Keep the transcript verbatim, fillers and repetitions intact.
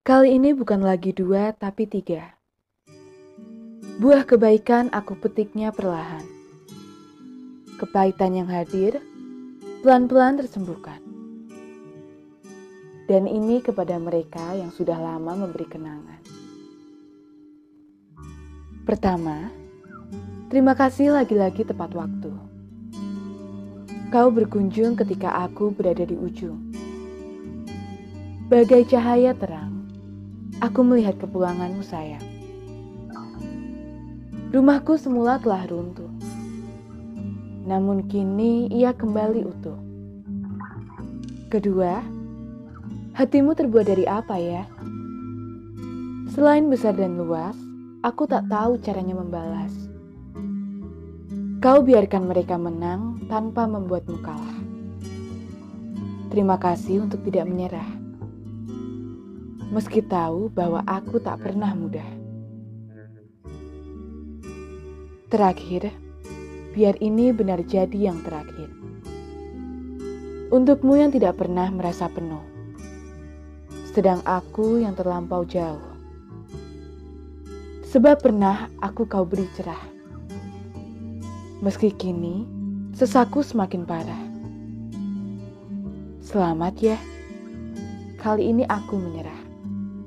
Kali ini bukan lagi dua, tapi tiga. Buah kebaikan aku petiknya perlahan. Kepahitan yang hadir, pelan-pelan tersembuhkan. Dan ini kepada mereka yang sudah lama memberi kenangan. Pertama, terima kasih lagi-lagi tepat waktu. Kau berkunjung ketika aku berada di ujung. Bagai cahaya terang, aku melihat kepulanganmu sayang. Rumahku semula telah runtuh, namun kini ia kembali utuh. Kedua, hatimu terbuat dari apa ya? Selain besar dan luas, aku tak tahu caranya membalas. Kau biarkan mereka menang tanpa membuatmu kalah. Terima kasih untuk tidak menyerah. Meski tahu bahwa aku tak pernah mudah. Terakhir, biar ini benar jadi yang terakhir. Untukmu yang tidak pernah merasa penuh, sedang aku yang terlampau jauh. Sebab pernah aku kau beri cerah. Meski kini, sesaku semakin parah. Selamat ya, kali ini aku menyerah.